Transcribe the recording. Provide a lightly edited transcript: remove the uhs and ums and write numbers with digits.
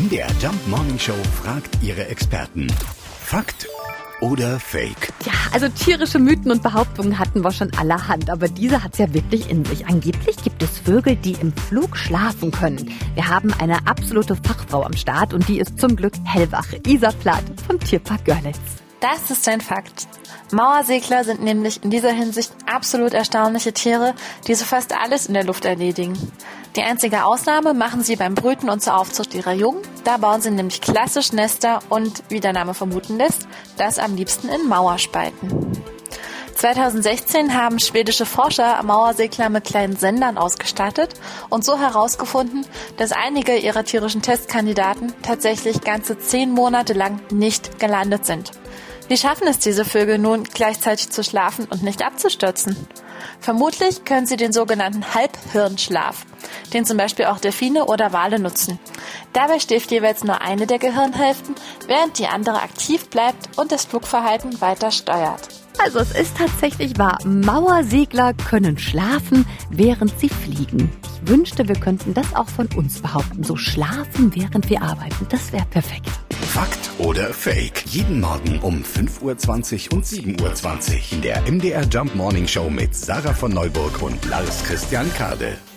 MDR Jump Morning Show fragt ihre Experten. Fakt oder Fake? Ja, also tierische Mythen und Behauptungen hatten wir schon allerhand, aber diese hat's ja wirklich in sich. Angeblich gibt es Vögel, die im Flug schlafen können. Wir haben eine absolute Fachfrau am Start und die ist zum Glück hellwach. Isa Plath vom Tierpark Görlitz. Das ist ein Fakt. Mauersegler sind nämlich in dieser Hinsicht absolut erstaunliche Tiere, die so fast alles in der Luft erledigen. Die einzige Ausnahme machen sie beim Brüten und zur Aufzucht ihrer Jungen. Da bauen sie nämlich klassisch Nester und, wie der Name vermuten lässt, das am liebsten in Mauerspalten. 2016 haben schwedische Forscher Mauersegler mit kleinen Sendern ausgestattet und so herausgefunden, dass einige ihrer tierischen Testkandidaten tatsächlich ganze 10 Monate lang nicht gelandet sind. Wie schaffen es diese Vögel nun, gleichzeitig zu schlafen und nicht abzustürzen? Vermutlich können sie den sogenannten Halbhirnschlaf, den zum Beispiel auch Delfine oder Wale nutzen. Dabei schläft jeweils nur eine der Gehirnhälften, während die andere aktiv bleibt und das Flugverhalten weiter steuert. Also es ist tatsächlich wahr, Mauersegler können schlafen, während sie fliegen. Ich wünschte, wir könnten das auch von uns behaupten. So schlafen, während wir arbeiten. Das wäre perfekt. Fakt oder Fake? Jeden Morgen um 5.20 Uhr und 7.20 Uhr in der MDR Jump Morning Show mit Sarah von Neuburg und Lars Christian Kade.